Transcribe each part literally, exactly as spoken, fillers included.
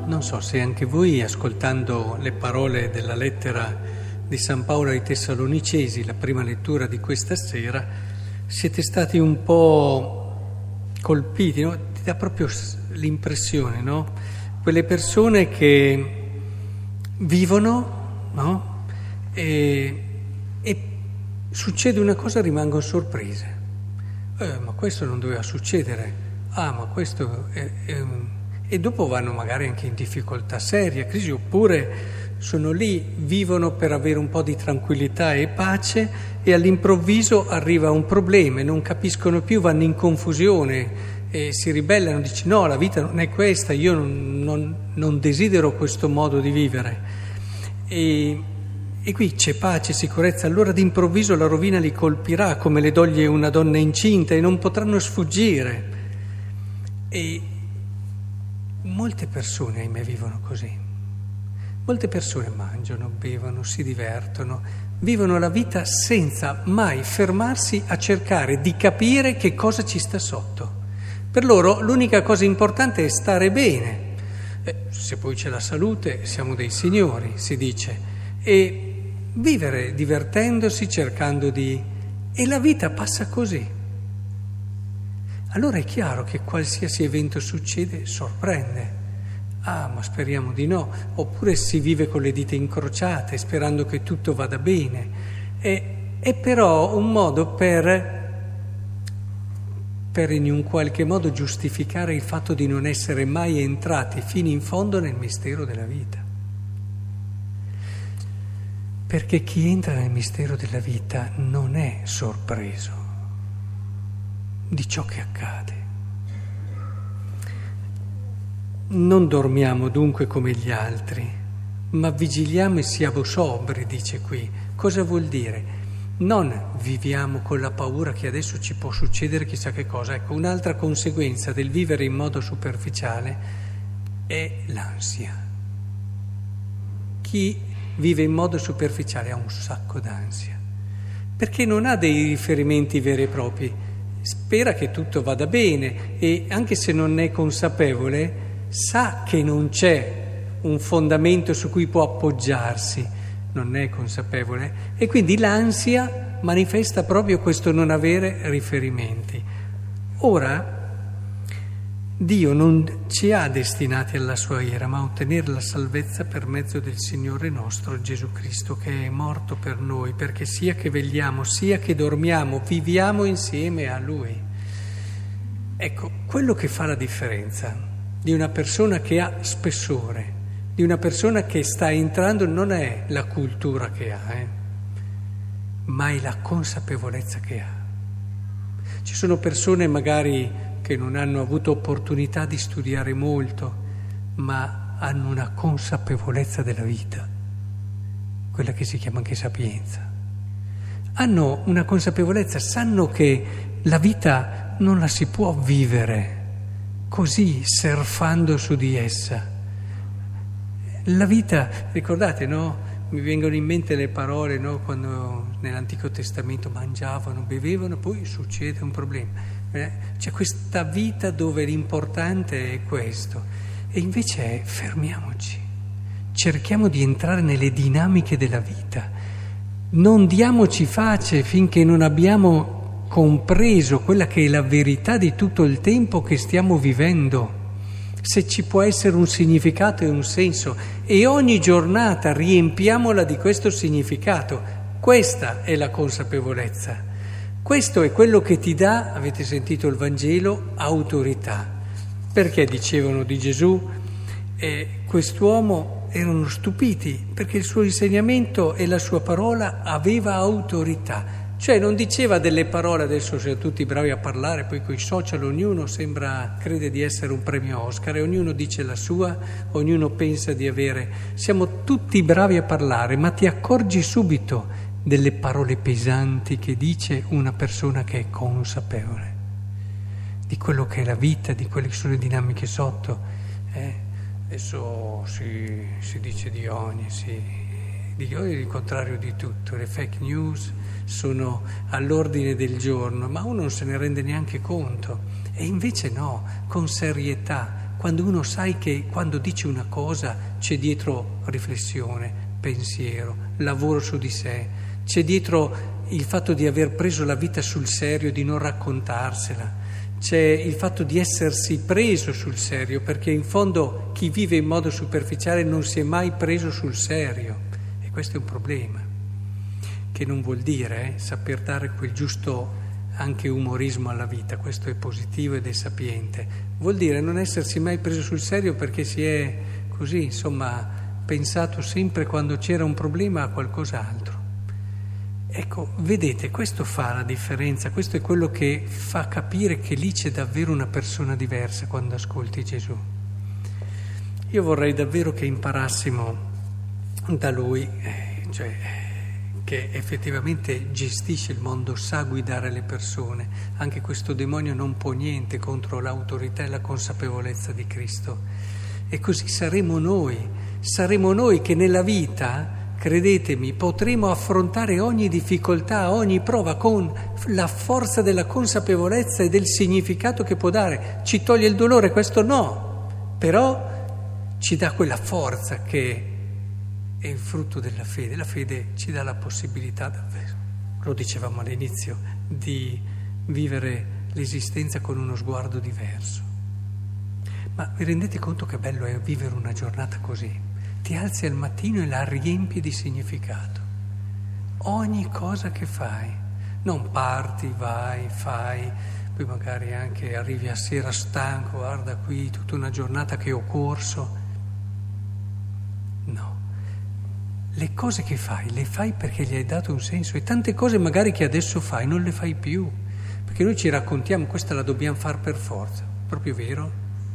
Non so se anche voi, ascoltando le parole della lettera di San Paolo ai Tessalonicesi, la prima lettura di questa sera, siete stati un po' colpiti, no? Ti dà proprio l'impressione, no? Quelle persone che vivono, no? E, e succede una cosa, rimangono sorprese. Eh, ma questo non doveva succedere. Ah, ma questo è, è un... E dopo vanno magari anche in difficoltà seria, crisi, oppure sono lì, vivono per avere un po' di tranquillità e pace e all'improvviso arriva un problema e non capiscono più, vanno in confusione e si ribellano, dicono no, la vita non è questa, io non, non, non desidero questo modo di vivere. E, e qui c'è pace, sicurezza, allora d'improvviso la rovina li colpirà come le doglie una donna incinta e non potranno sfuggire. E molte persone, ahimè, vivono così. Molte persone mangiano, bevono, si divertono, vivono la vita senza mai fermarsi a cercare di capire che cosa ci sta sotto. Per loro l'unica cosa importante è stare bene. Eh, se poi c'è la salute, siamo dei signori, si dice. E vivere divertendosi, cercando di... E la vita passa così. Allora è chiaro che qualsiasi evento succede sorprende. Ah, ma speriamo di no. Oppure si vive con le dita incrociate, sperando che tutto vada bene. E, è però un modo per, per in un qualche modo giustificare il fatto di non essere mai entrati fino in fondo nel mistero della vita. Perché chi entra nel mistero della vita non è sorpreso di ciò che accade. Non dormiamo dunque come gli altri, ma vigiliamo e siamo sobri, dice qui. Cosa vuol dire? Non viviamo con la paura che adesso ci può succedere chissà che cosa. Ecco, un'altra conseguenza del vivere in modo superficiale è l'ansia. Chi vive in modo superficiale ha un sacco d'ansia, perché non ha dei riferimenti veri e propri. Spera che tutto vada bene e anche se non è consapevole sa che non c'è un fondamento su cui può appoggiarsi, non è consapevole e quindi l'ansia manifesta proprio questo non avere riferimenti. Ora Dio non ci ha destinati alla sua ira, ma a ottenere la salvezza per mezzo del Signore nostro Gesù Cristo, che è morto per noi, perché sia che vegliamo, sia che dormiamo, viviamo insieme a Lui. Ecco, quello che fa la differenza di una persona che ha spessore, di una persona che sta entrando, non è la cultura che ha, eh, ma è la consapevolezza che ha. Ci sono persone magari che non hanno avuto opportunità di studiare molto, ma hanno una consapevolezza della vita, quella che si chiama anche sapienza. Hanno una consapevolezza, sanno che la vita non la si può vivere così, surfando su di essa. La vita, ricordate, no? Mi vengono in mente le parole, no? Quando nell'Antico Testamento mangiavano, bevevano, poi succede un problema. C'è questa vita dove l'importante è questo e invece fermiamoci, cerchiamo di entrare nelle dinamiche della vita, non diamoci pace finché non abbiamo compreso quella che è la verità di tutto il tempo che stiamo vivendo, se ci può essere un significato e un senso, e ogni giornata riempiamola di questo significato. Questa è la consapevolezza. Questo è quello che ti dà, avete sentito il Vangelo, autorità. Perché dicevano di Gesù, eh, quest'uomo erano stupiti, perché il suo insegnamento e la sua parola aveva autorità. Cioè non diceva delle parole, adesso siamo tutti bravi a parlare, poi coi social ognuno sembra, crede di essere un premio Oscar e ognuno dice la sua, ognuno pensa di avere. Siamo tutti bravi a parlare, ma ti accorgi subito delle parole pesanti che dice una persona che è consapevole di quello che è la vita, di quelle che sono le dinamiche sotto. Eh? Adesso si, si dice di ogni, si, di ogni il contrario di tutto. Le fake news sono all'ordine del giorno, ma uno non se ne rende neanche conto. E invece no, con serietà, quando uno sai che quando dice una cosa c'è dietro riflessione, pensiero, lavoro su di sé, c'è dietro il fatto di aver preso la vita sul serio, di non raccontarsela, c'è il fatto di essersi preso sul serio, perché in fondo chi vive in modo superficiale non si è mai preso sul serio, e questo è un problema, che non vuol dire eh, saper dare quel giusto anche umorismo alla vita, questo è positivo ed è sapiente, vuol dire non essersi mai preso sul serio perché si è così, insomma, pensato sempre quando c'era un problema a qualcos'altro. Ecco, vedete, questo fa la differenza, questo è quello che fa capire che lì c'è davvero una persona diversa quando ascolti Gesù. Io vorrei davvero che imparassimo da Lui, eh, cioè che effettivamente gestisce il mondo, sa guidare le persone. Anche questo demonio non può niente contro l'autorità e la consapevolezza di Cristo. E così saremo noi, saremo noi che nella vita, credetemi, potremo affrontare ogni difficoltà, ogni prova con la forza della consapevolezza e del significato che può dare. Ci toglie il dolore, questo no, però ci dà quella forza che è il frutto della fede. La fede ci dà la possibilità, davvero, lo dicevamo all'inizio, di vivere l'esistenza con uno sguardo diverso. Ma vi rendete conto che bello è vivere una giornata così? Ti alzi al mattino e la riempi di significato. Ogni cosa che fai, non parti, vai, fai, poi magari anche arrivi a sera stanco, guarda qui tutta una giornata che ho corso. No, le cose che fai le fai perché gli hai dato un senso, e tante cose magari che adesso fai non le fai più, perché noi ci raccontiamo questa la dobbiamo fare per forza, proprio vero?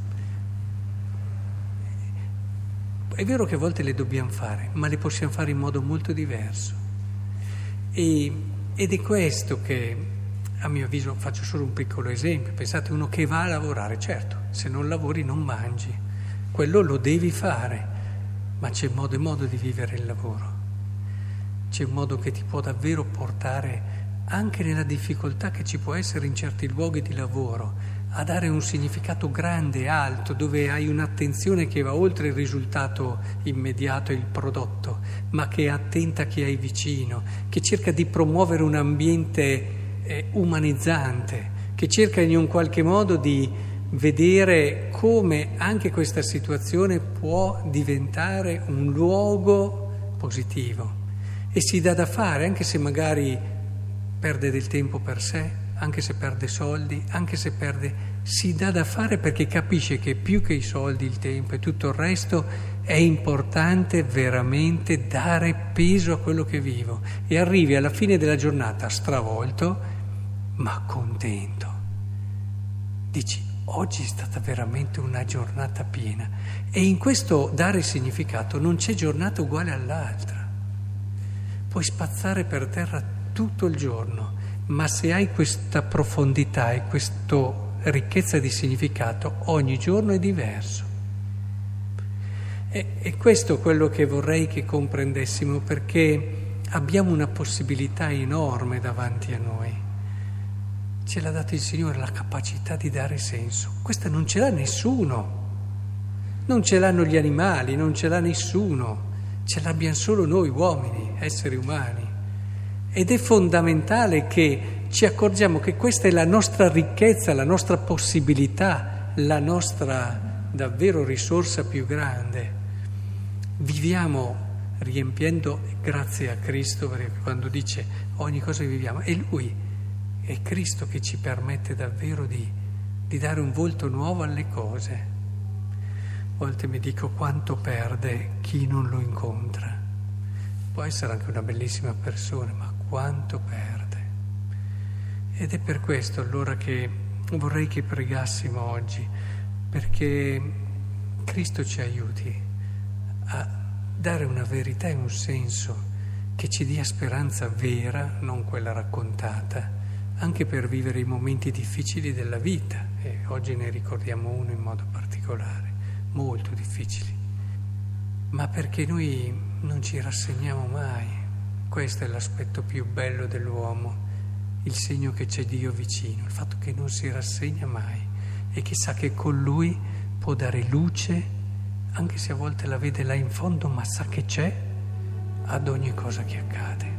È vero che a volte le dobbiamo fare, ma le possiamo fare in modo molto diverso. E, ed è questo che, a mio avviso, faccio solo un piccolo esempio. Pensate, uno che va a lavorare, certo, se non lavori non mangi, quello lo devi fare, ma c'è modo e modo di vivere il lavoro. C'è un modo che ti può davvero portare, anche nella difficoltà che ci può essere in certi luoghi di lavoro, a dare un significato grande, alto, dove hai un'attenzione che va oltre il risultato immediato e il prodotto, ma che è attenta a chi hai vicino, che cerca di promuovere un ambiente eh, umanizzante, che cerca in un qualche modo di vedere come anche questa situazione può diventare un luogo positivo, e si dà da fare, anche se magari perde del tempo per sé, anche se perde soldi, anche se perde, si dà da fare perché capisce che più che i soldi, il tempo e tutto il resto è importante veramente dare peso a quello che vivo, e arrivi alla fine della giornata stravolto ma contento. Dici, oggi è stata veramente una giornata piena, e in questo dare significato non c'è giornata uguale all'altra. Puoi spazzare per terra tutto il giorno, ma se hai questa profondità e questa ricchezza di significato, ogni giorno è diverso. E, e questo è quello che vorrei che comprendessimo, perché abbiamo una possibilità enorme davanti a noi. Ce l'ha dato il Signore, la capacità di dare senso. Questa non ce l'ha nessuno, non ce l'hanno gli animali, non ce l'ha nessuno, ce l'abbiamo solo noi uomini, esseri umani. Ed è fondamentale che ci accorgiamo che questa è la nostra ricchezza, la nostra possibilità, la nostra davvero risorsa più grande. Viviamo riempiendo, grazie a Cristo, perché quando dice ogni cosa che viviamo, è Lui, è Cristo che ci permette davvero di, di dare un volto nuovo alle cose. A volte mi dico quanto perde chi non lo incontra. Può essere anche una bellissima persona, ma quanto perde. Ed è per questo allora che vorrei che pregassimo oggi, perché Cristo ci aiuti a dare una verità e un senso che ci dia speranza vera, non quella raccontata, anche per vivere i momenti difficili della vita, e oggi ne ricordiamo uno in modo particolare, molto difficili, ma perché noi non ci rassegniamo mai. Questo è l'aspetto più bello dell'uomo, il segno che c'è Dio vicino, il fatto che non si rassegna mai e che sa che con Lui può dare luce, anche se a volte la vede là in fondo, ma sa che c'è, ad ogni cosa che accade.